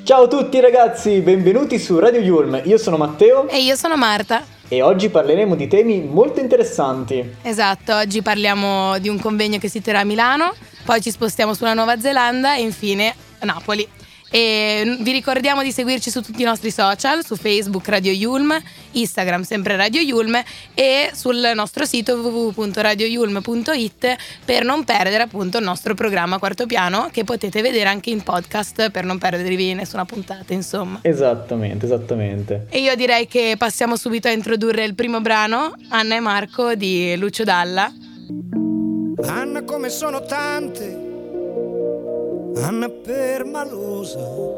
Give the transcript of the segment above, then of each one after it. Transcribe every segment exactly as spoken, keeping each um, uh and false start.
Ciao a tutti ragazzi, benvenuti su Radio Yulm. Io sono Matteo e io sono Marta e oggi parleremo di temi molto interessanti. Esatto, oggi parliamo di un convegno che si terrà a Milano, poi ci spostiamo sulla Nuova Zelanda e infine a Napoli. E vi ricordiamo di seguirci su tutti i nostri social, su Facebook Radio Yulm, Instagram sempre Radio Yulm e sul nostro sito w w w punto radio yulm punto i t per non perdere appunto il nostro programma Quarto Piano, che potete vedere anche in podcast per non perdervi nessuna puntata, insomma. Esattamente, esattamente. E io direi che passiamo subito a introdurre il primo brano, Anna e Marco di Lucio Dalla. Anna come sono tante, Anna permalosa,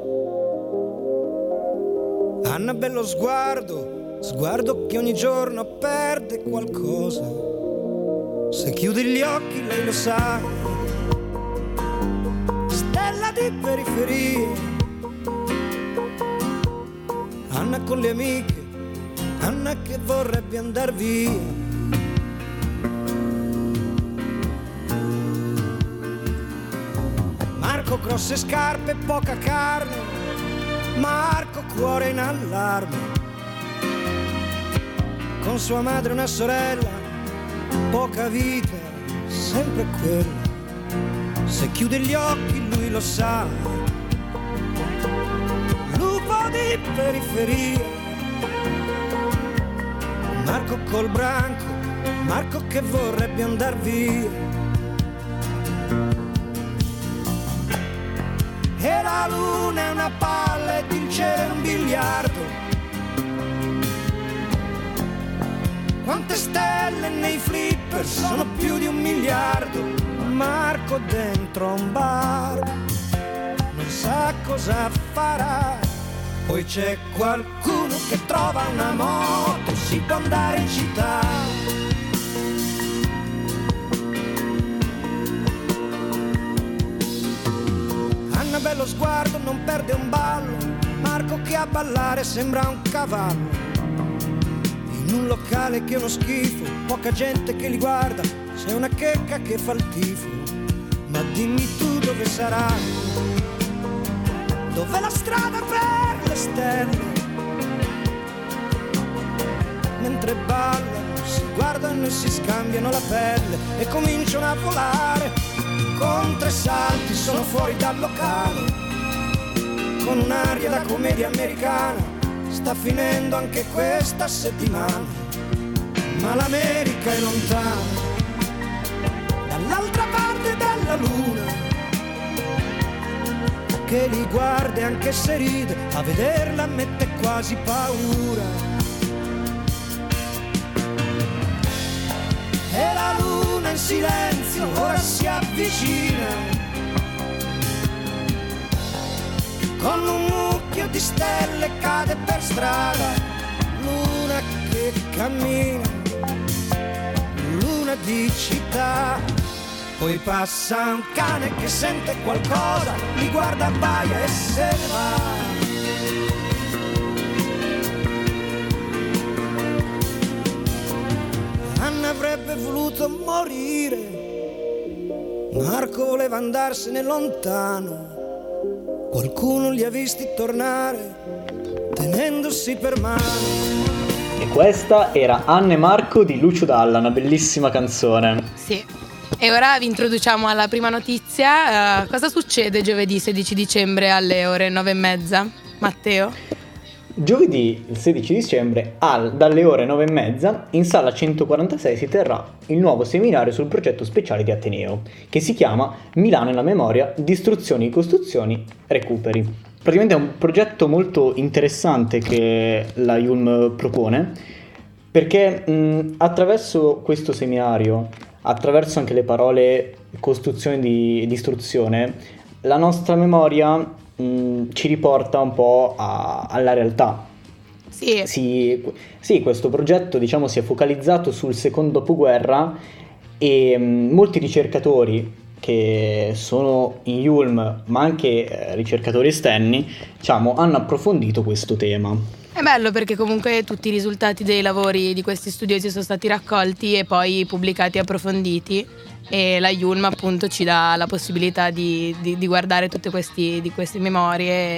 Anna bello sguardo, sguardo che ogni giorno perde qualcosa. Se chiudi gli occhi lei lo sa, stella di periferia. Anna con le amiche, Anna che vorrebbe andar via. Marco grosse scarpe, poca carne, Marco cuore in allarme. Con sua madre una sorella, poca vita, sempre quella. Se chiude gli occhi lui lo sa, lupo di periferia. Marco col branco, Marco che vorrebbe andar via. E la luna è una palla ed il cielo è un biliardo. Quante stelle nei flipper, sono più di un miliardo. Marco dentro un bar non sa cosa farà. Poi c'è qualcuno che trova una moto, si può andare in città. Anna bello sguardo, non perde un ballo, Marco che a ballare sembra un cavallo. In un locale che è uno schifo, poca gente che li guarda, c'è una checca che fa il tifo. Ma dimmi tu dove sarà, dov'è la strada per le stelle? Mentre ballano, si guardano e si scambiano la pelle e cominciano a volare. Con tre salti sono fuori dal locale, con un'aria da commedia americana. Sta finendo anche questa settimana, ma l'America è lontana, dall'altra parte della luna, che li guarda e anche se ride, a vederla mette quasi paura. E la luna in silenzio ora si avvicina, con un mucchio di stelle cade per strada. Luna che cammina, luna di città. Poi passa un cane che sente qualcosa, li guarda, abbaia e se ne va. Anna avrebbe voluto morire, Marco voleva andarsene lontano. Qualcuno li ha visti tornare, tenendosi per mano. E questa era Anna e Marco di Lucio Dalla, una bellissima canzone. Sì. E ora vi introduciamo alla prima notizia. Uh, cosa succede giovedì sedici dicembre alle ore nove e mezza? Matteo? Giovedì il sedici dicembre al, dalle ore nove e mezza in sala centoquarantasei si terrà il nuovo seminario sul progetto speciale di Ateneo, che si chiama Milano nella memoria, distruzioni, costruzioni, recuperi. Praticamente è un progetto molto interessante che la Yulm propone, perché mh, attraverso questo seminario, attraverso anche le parole costruzione di distruzione, la nostra memoria Mm, ci riporta un po' a, alla realtà. Sì. Sì, sì, questo progetto diciamo si è focalizzato sul secondo dopoguerra e mm, molti ricercatori che sono in Yulm ma anche eh, ricercatori esterni diciamo hanno approfondito questo tema. È bello perché comunque tutti i risultati dei lavori di questi studiosi sono stati raccolti e poi pubblicati e approfonditi, e la Yulm appunto ci dà la possibilità di, di, di guardare tutte questi, di queste memorie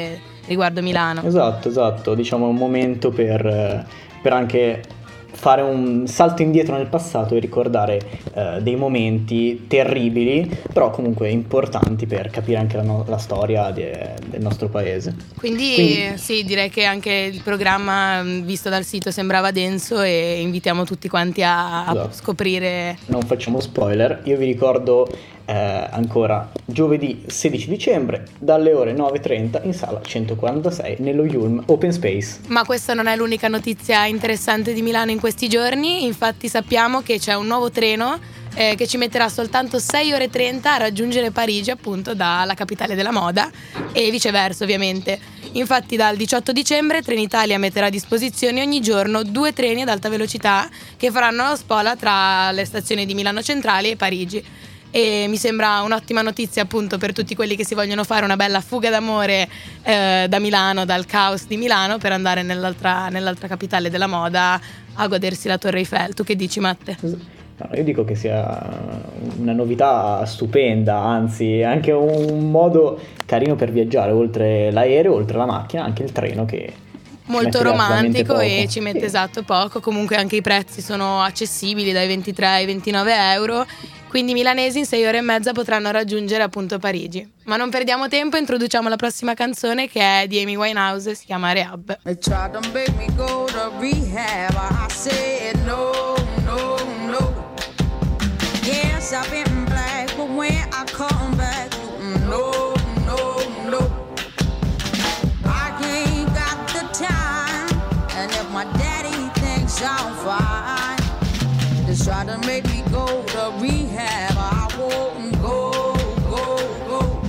riguardo Milano. Esatto, esatto, diciamo un momento per, per anche fare un salto indietro nel passato e ricordare eh, dei momenti terribili, però comunque importanti per capire anche la, no- la storia de- del nostro paese. Quindi, Quindi sì, direi che anche il programma visto dal sito sembrava denso e invitiamo tutti quanti a, a Esatto. scoprire. Non facciamo spoiler, io vi ricordo eh, ancora giovedì sedici dicembre dalle ore nove e trenta in sala centoquarantasei nello Yulm Open Space. Ma questa non è l'unica notizia interessante di Milano in questi giorni, infatti sappiamo che c'è un nuovo treno eh, che ci metterà soltanto sei ore e trenta a raggiungere Parigi, appunto dalla capitale della moda, e viceversa ovviamente. Infatti dal diciotto dicembre Trenitalia metterà a disposizione ogni giorno due treni ad alta velocità che faranno la spola tra le stazioni di Milano Centrale e Parigi. E mi sembra un'ottima notizia appunto per tutti quelli che si vogliono fare una bella fuga d'amore eh, da Milano, dal caos di Milano, per andare nell'altra, nell'altra capitale della moda a godersi la Torre Eiffel. Tu che dici, Matte? No, io dico che sia una novità stupenda, anzi anche un modo carino per viaggiare, oltre l'aereo, oltre la macchina, anche il treno che molto ci mette relativamente romantico poco. e ci mette Sì. esatto poco. Comunque anche i prezzi sono accessibili, dai ventitré ai ventinove euro, quindi i milanesi in sei ore e mezza potranno raggiungere appunto Parigi. Ma non perdiamo tempo, introduciamo la prossima canzone che è di Amy Winehouse, si chiama Rehab. They tried to make me go to rehab. I said no, no, no. Yes, I've been black, but when I come back, no, no, no. I ain't got the time, and if my daddy thinks I'm fine, they try to make me go to rehab. I won't go, go, go.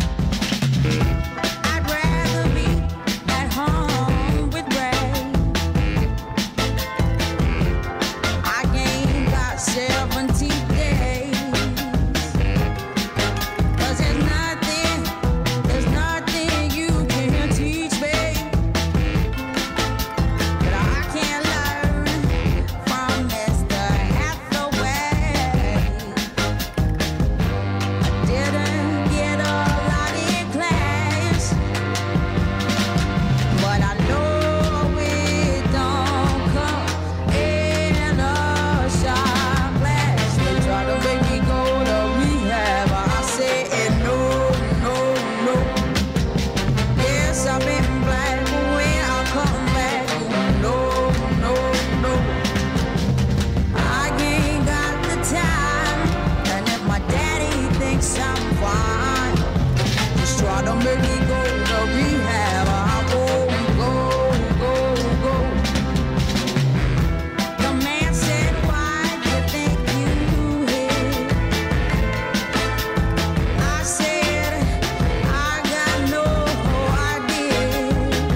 I'd rather be at home with Ray. I ain't got seventy days, 'cause there's nothing, there's nothing you can teach me that I can't learn from Mister Hathaway. I didn't get a lot in class, but I know it don't come in a shot glass. They try to make me go to rehab. I said no, no, no. Yes, I've been black, but when I come back, no, no, no. I ain't got the time, and if my daddy thinks I'm fine, just try to make me go to rehab. I won't go, go, go. The man said, why do you think you hit? I said, I got no idea.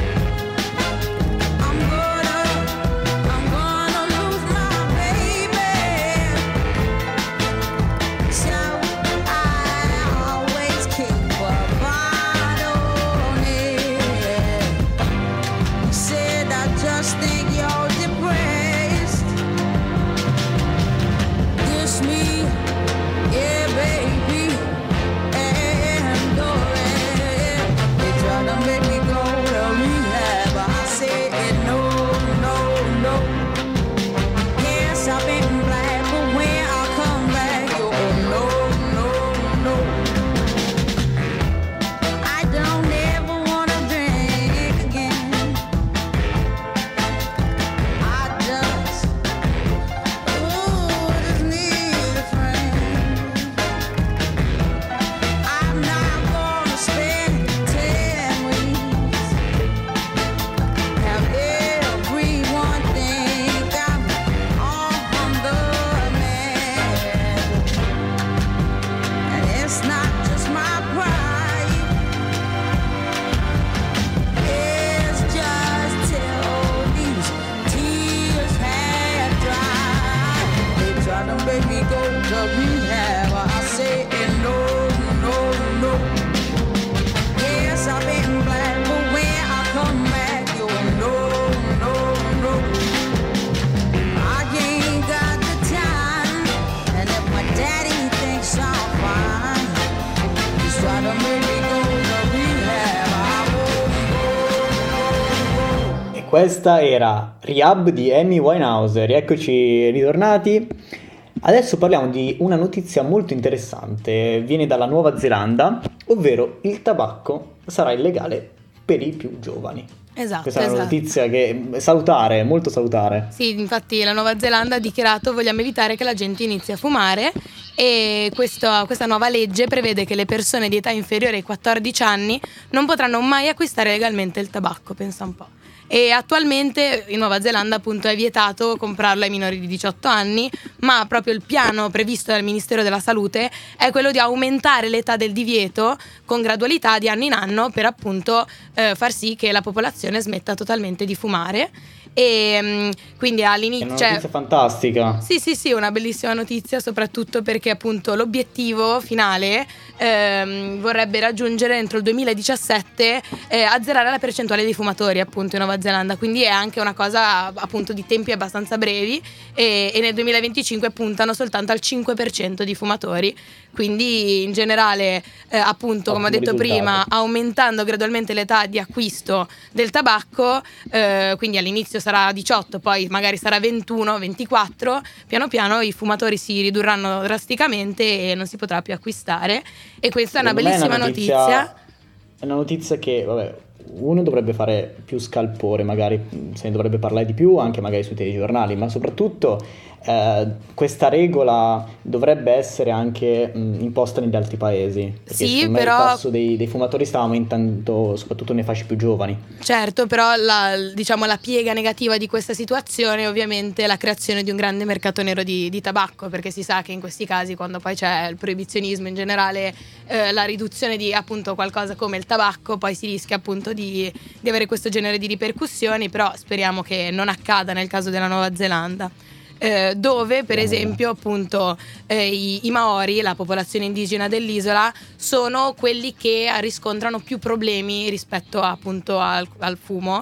I'm gonna, I'm gonna lose my baby. So I always keep a bottle near. He said, I just think you're depressed. This me, yeah, baby, and go ahead. They try to make me go to rehab. I said no, no, no. Yes, I've been black, but when I come back, oh no, no, no. I don't ever wanna drink again. I just, ooh, just need a friend. I'm not gonna spend ten weeks. Have everyone think I'm on the man. And it's not just my pride, it's just till these tears have dried. They try to make me go to rehab. I say no, no, no. Yes, I've been black, but when I come back, you no, no, no. I ain't got the time, and if my daddy thinks I'm fine, just try to make me go to rehab. I won't go, Questa era Rehab di Amy Winehouse. Rieccoci ritornati. Adesso parliamo di una notizia molto interessante. Viene dalla Nuova Zelanda, ovvero il tabacco sarà illegale per i più giovani. Esatto, Questa è una esatto. notizia che è salutare, molto salutare. Sì, infatti la Nuova Zelanda ha dichiarato: vogliamo evitare che la gente inizi a fumare, e questo, questa nuova legge prevede che le persone di età inferiore ai quattordici anni non potranno mai acquistare legalmente il tabacco, pensa un po'. E attualmente in Nuova Zelanda appunto è vietato comprarlo ai minori di diciotto anni, ma proprio il piano previsto dal Ministero della Salute è quello di aumentare l'età del divieto con gradualità di anno in anno per appunto eh, far sì che la popolazione smetta totalmente di fumare. E mh, quindi È all'inizio una cioè, notizia fantastica. Sì, sì, sì, una bellissima notizia, soprattutto perché appunto l'obiettivo finale ehm, vorrebbe raggiungere entro il duemiladiciassette eh, azzerare la percentuale dei fumatori appunto in Nuova Zelanda, quindi è anche una cosa appunto di tempi abbastanza brevi, e, e nel duemilaventicinque puntano soltanto al cinque per cento di fumatori, quindi in generale eh, appunto come ho Ottimo detto risultato. prima, aumentando gradualmente l'età di acquisto del tabacco, eh, quindi all'inizio sarà diciotto, poi magari sarà ventuno, ventiquattro, piano piano i fumatori si ridurranno drasticamente e non si potrà più acquistare, e questa è una Secondo me bellissima notizia. È una notizia che, vabbè, uno dovrebbe fare più scalpore, magari se ne dovrebbe parlare di più, anche magari sui telegiornali, ma soprattutto eh, questa regola dovrebbe essere anche mh, imposta negli altri paesi, perché Sì, secondo me però- il tasso dei, dei fumatori sta aumentando soprattutto nei fasce più giovani. Certo, però la, diciamo, la piega negativa di questa situazione è ovviamente la creazione di un grande mercato nero di, di tabacco, perché si sa che in questi casi, quando poi c'è il proibizionismo in generale, eh, la riduzione di appunto qualcosa come il tabacco, poi si rischia appunto di, di avere questo genere di ripercussioni, però speriamo che non accada nel caso della Nuova Zelanda. Eh, dove per esempio appunto eh, i, i Maori, la popolazione indigena dell'isola, sono quelli che riscontrano più problemi rispetto appunto al, al fumo,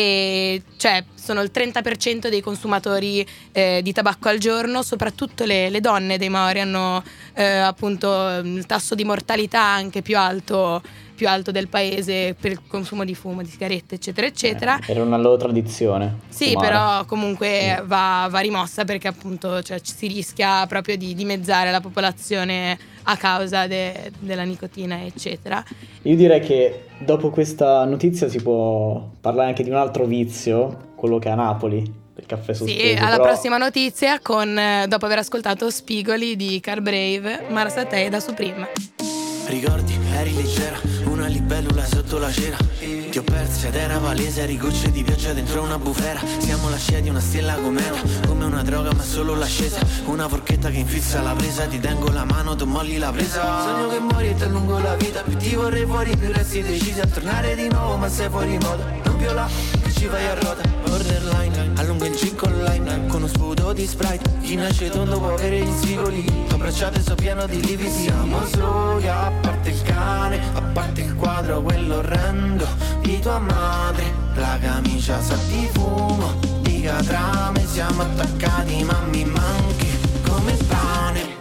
e cioè sono il trenta per cento dei consumatori eh, di tabacco al giorno. Soprattutto le, le donne dei Maori hanno eh, appunto il tasso di mortalità anche più alto più alto del paese per il consumo di fumo, di sigarette, eccetera eccetera. Eh, era una loro tradizione. Sì, fumare. però comunque va, va rimossa, perché appunto cioè, si rischia proprio di dimezzare la popolazione a causa de- della nicotina, eccetera. Io direi che dopo questa notizia si può parlare anche di un altro vizio, quello che è a Napoli, il caffè sospeso. Sì, alla però- prossima notizia con, eh, dopo aver ascoltato Spigoli di Car Brave, Marsatei da Supreme. Ricordi, eri leggera, una libellula sotto la cera. Ti ho perso ed era palese, eri gocce di pioggia dentro una bufera. Siamo la scia di una stella cometa, come una droga ma solo l'ascesa. Una forchetta che infissa la presa, ti tengo la mano, tu molli la presa. Sogno che muori e ti allungo la vita, più ti vorrei fuori, più resti decisi a tornare di nuovo, ma sei fuori moda. Non viola, che ci vai a ruota, borderline, allungo il gin con lime, con uno sputo di Sprite. Chi nasce tondo può avere gli spigoli, abbracciate so pieno di lividi. Siamo soli, a parte il cane, a parte il quadro, quello orrendo di tua madre. La camicia sa di fumo, di catrame, siamo attaccati ma mi manchi come il pane.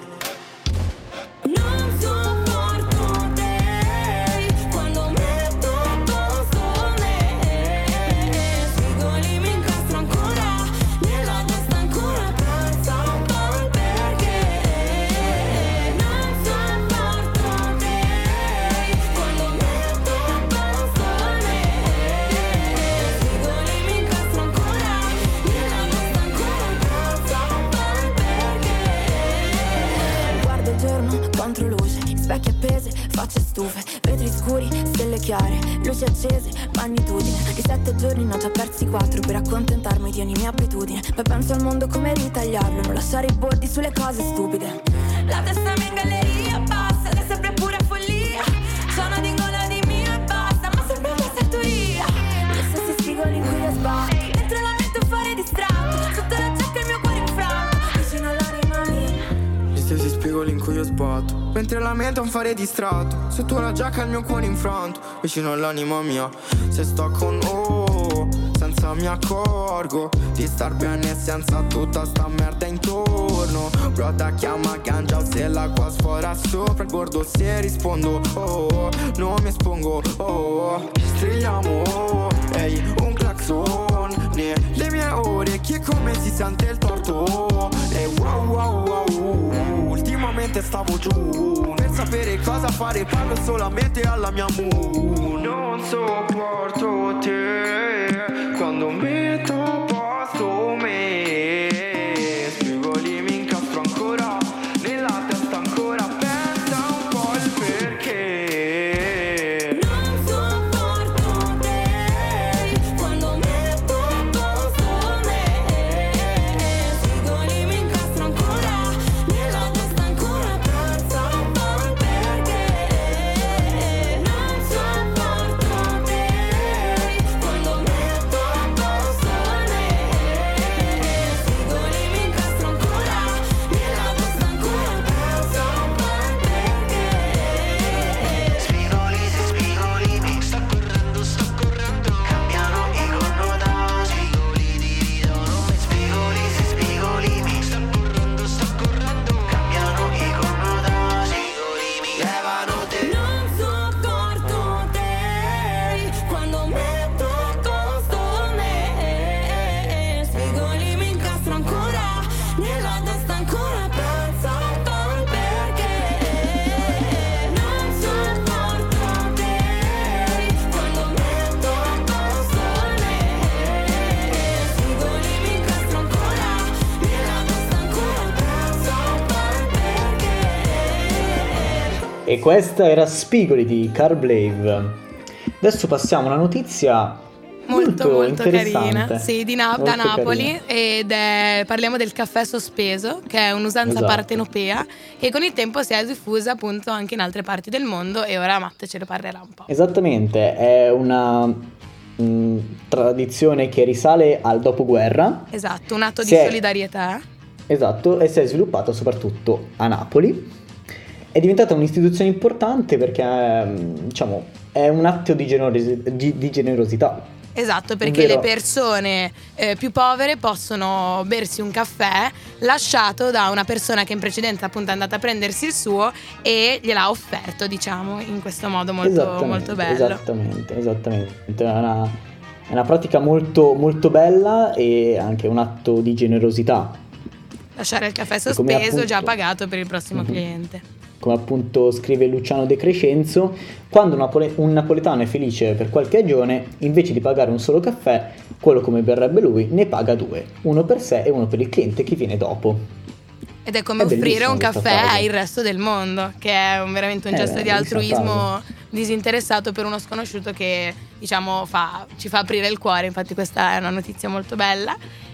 Non sopporto te quando metto addosso me. Spigoli mi incastro ancora, nella testa ancora penso un po' il perché. Non sopporto te quando metto addosso me. Spigoli mi incastro ancora, nella testa ancora penso un po' il perché. Guardo il giorno contro luce, specchi appese, facce stufe, vetri scuri, stelle chiare, luci accese, magnitudine. Di sette giorni ne ho già persi quattro per accontentarmi di ogni mia abitudine. Poi penso al mondo come ritagliarlo, non lasciare i bordi sulle cose stupide. La testa mia in galleria passa, ed è sempre pura follia. Sono dingola di mio e basta, ma sempre una sartoria. Gli stessi spigoli in cui io sbatto, mentre la metto fuori distratto, sotto la giacca il mio cuore infranto, vicino all'anima mia. Gli stessi spigoli in cui io sbatto, mentre la mente è un fare distratto, sotto la giacca il mio cuore infranto, vicino all'anima mia. Se sto con oh, senza mi accorgo di star bene senza tutta sta merda intorno. Broda chiama ganja o se l'acqua sfora sopra il bordo, se rispondo oh, non mi espongo oh, strigliamo oh, ehi un clacson, giorni, le mie orecchie come si sente il torto. E wow wow wow, ultimamente stavo giù, per sapere cosa fare parlo solamente alla mia mu. Non sopporto te quando metto a posto me, spigoli mi incastro ancora nella testa, ancora pensa un po' il perché. Non sopporto te quando metto a posto me, spigoli mi incastro ancora nella testa, ancora pensa un po' il perché. Non sopporto te quando metto a posto me, spigoli mi incastro ancora nella testa, ancora pensa un po' il perché. Spigoli, se spigoli mi sta correndo, sta correndo. Cambiano i connotati. Spigoli dividono me. Spigoli, se spigoli mi sta correndo, sta correndo. Cambiano i connotati. Spigoli mi levano te. Non sopporto te quando metto a posto me, spigoli mi incastro ancora nella testa, ancora pensa un po' il perché. Non sopporto te quando metto a posto me, spigoli mi incastro ancora nella testa, ancora pensa un po' il perché. E questa era Spigoli di Carblave. Adesso passiamo a una notizia Molto molto, molto interessante. carina, sì, di Na- da Molto Napoli, carina. ed è, parliamo del caffè sospeso, che è un'usanza Esatto. partenopea e con il tempo si è diffusa appunto anche in altre parti del mondo, e ora Matte ce lo parlerà un po'. Esattamente, è una mh, tradizione che risale al dopoguerra. Esatto, un atto di Si è- solidarietà. Esatto, e si è sviluppata soprattutto a Napoli. È diventata un'istituzione importante perché ehm, diciamo, è un atto di, generosi- di- di generosità. Esatto, perché Ovvero- le persone eh, più povere possono bersi un caffè lasciato da una persona che in precedenza appunto è andata a prendersi il suo e gliel'ha offerto, diciamo, in questo modo molto, Esattamente, molto bello. Esattamente, esattamente. È una, è una pratica molto, molto bella e anche un atto di generosità. Lasciare il caffè E come sospeso appunto- già pagato per il prossimo Mhm. cliente. Come appunto scrive Luciano De Crescenzo, quando un, napole- un napoletano è felice per qualche ragione, invece di pagare un solo caffè, quello come berrebbe lui, ne paga due, uno per sé e uno per il cliente che viene dopo. Ed è come È offrire bellissima un questa caffè frase. al resto del mondo, che è un- veramente un Eh, gesto di bellissima altruismo disinteressato per uno sconosciuto che, diciamo, fa, ci fa aprire il cuore. Infatti questa è una notizia molto bella.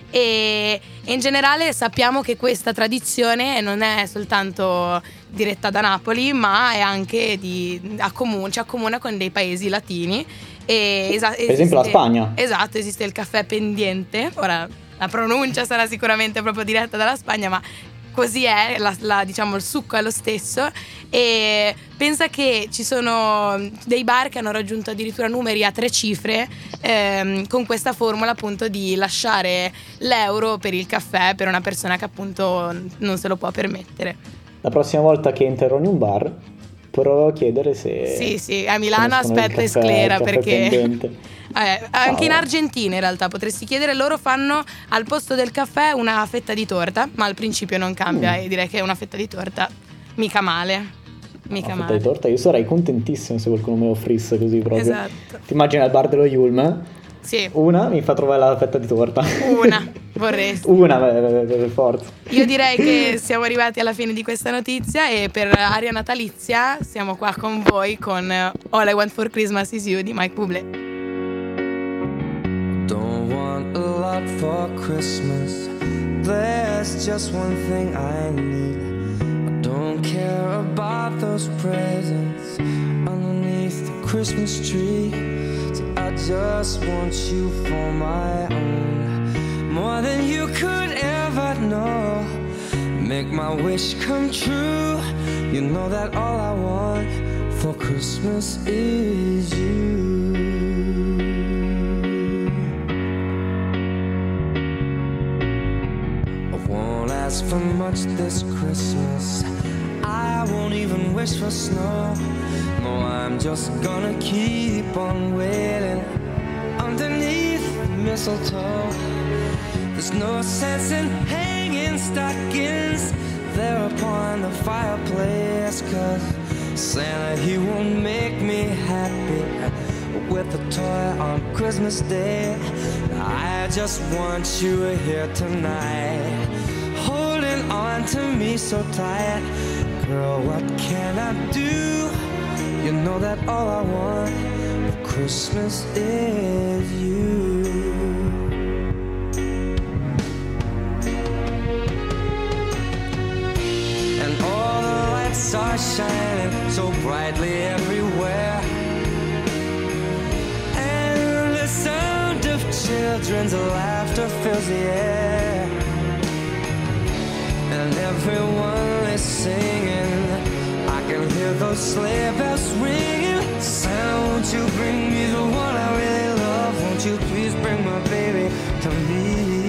E, e in generale sappiamo che questa tradizione non è soltanto diretta da Napoli, ma è anche di, accomun- ci accomuna con dei paesi latini. E esa- Per esempio la esiste- Spagna. Esatto, esiste il caffè pendiente. Ora la pronuncia sarà sicuramente proprio diretta dalla Spagna, ma così è, la, la- diciamo il succo è lo stesso. E pensa che ci sono dei bar che hanno raggiunto addirittura numeri a tre cifre ehm, con questa formula appunto di lasciare l'euro per il caffè per una persona che appunto non se lo può permettere. La prossima volta che entrerò in un bar proverò a chiedere se... Sì, sì, a Milano conoscono il aspetta e caffè- sclera il caffè perché pendente. eh, anche in Ah, Argentina in realtà potresti chiedere, loro fanno al posto del caffè una fetta di torta, ma al principio non cambia Mm. e direi che è una fetta di torta mica male. Mica Una fetta male. di torta, io sarei contentissimo se qualcuno me lo offrisse così proprio. Esatto. Ti immagini al bar dello Yulm? Sì, Una mi fa trovare la fetta di torta. una vorresti. Una per, per- per forza. Io direi che siamo arrivati alla fine di questa notizia e per aria natalizia siamo qua con voi con eh, All I Want for Christmas Is You di Mike Bublé. Don't want a lot for Christmas. There's just one thing I need. I don't care about those presents underneath the Christmas tree. So I just want you for my own, more than you could ever know. Make my wish come true. You know that all I want for Christmas is you. Won't ask for much this Christmas. I won't even wish for snow. No, I'm just gonna keep on waiting underneath the mistletoe. There's no sense in hanging stockings there upon the fireplace, 'cause Santa, he won't make me happy with a toy on Christmas Day. I just want you here tonight, holding on to me so tight. Girl, what can I do? You know that all I want for Christmas is you. And all the lights are shining so brightly everywhere, and the sound of children's laughter fills the air, and everyone is singing. I can hear those sleigh bells ringing. Santa, won't you bring me the one I really love? Won't you please bring my baby to me?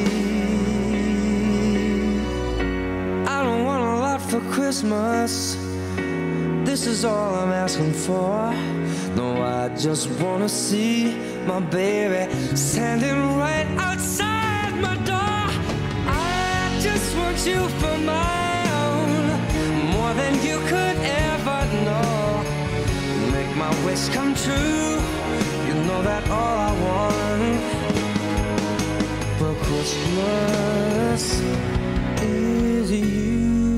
I don't want a lot for Christmas, this is all I'm asking for. No, I just wanna see my baby standing right outside my door. I just want you for my own, more than you could ever know. Make my wish come true, you know that all I want for Christmas is you.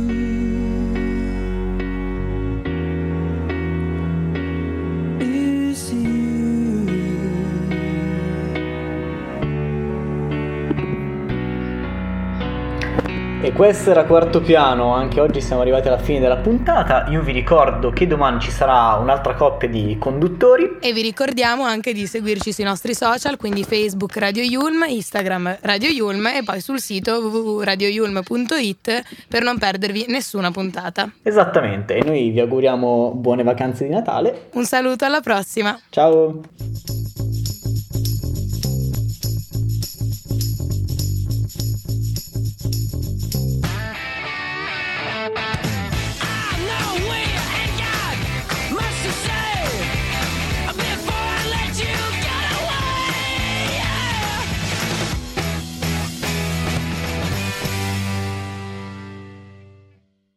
E questo era Quarto Piano, anche oggi siamo arrivati alla fine della puntata. Io vi ricordo che domani ci sarà un'altra coppia di conduttori. E vi ricordiamo anche di seguirci sui nostri social, quindi Facebook Radio Yulm, Instagram Radio Yulm e poi sul sito w w w punto radio yulm punto i t per non perdervi nessuna puntata. Esattamente, e noi vi auguriamo buone vacanze di Natale. Un saluto, alla prossima! Ciao!